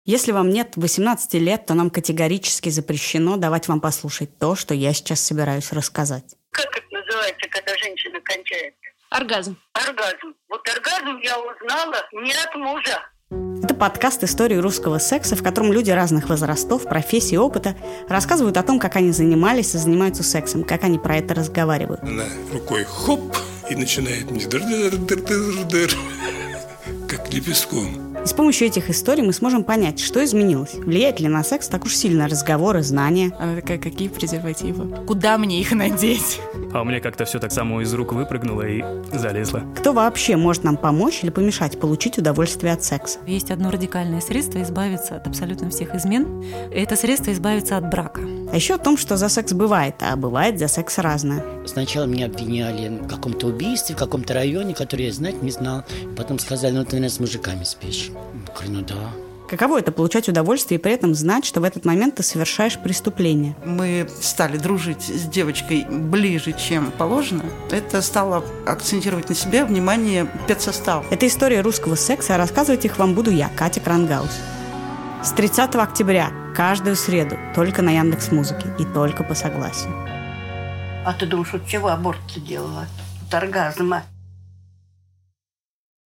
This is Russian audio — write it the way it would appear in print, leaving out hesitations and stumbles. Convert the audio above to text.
Если вам нет 18 лет, то нам категорически запрещено давать вам послушать то, что я сейчас собираюсь рассказать. Как это называется, когда женщина кончает? Оргазм. Оргазм. Вот оргазм я узнала не от мужа. Это подкаст истории русского секса, в котором люди разных возрастов, профессий и опыта рассказывают о том, как они занимались и занимаются сексом, как они про это разговаривают. Она рукой хоп и начинает мне дыр-дыр-дыр-дыр, как лепестком. И с помощью этих историй мы сможем понять, что изменилось. Влияет ли на секс так уж сильно разговоры, знания. Она такая, какие презервативы? Куда мне их надеть? А у меня как-то все так само из рук выпрыгнуло и залезло. Кто вообще может нам помочь или помешать получить удовольствие от секса? Есть одно радикальное средство избавиться от абсолютно всех измен. Это средство избавиться от брака. А еще о том, что за секс бывает, а бывает за секс разное. Сначала меня обвиняли в каком-то убийстве, в каком-то районе, который я знать не знал. Потом сказали, ну ты, наверное, с мужиками спишь. Я говорю, ну да. Каково это получать удовольствие и при этом знать, что в этот момент ты совершаешь преступление? Мы стали дружить с девочкой ближе, чем положено. Это стало акцентировать на себе внимание педсостава. Это история русского секса, а рассказывать их вам буду я, Катя Крангаус. С 30 октября, каждую среду, только на Яндекс.Музыке и только по согласию. А ты думаешь, от чего аборт ты делала? От оргазма.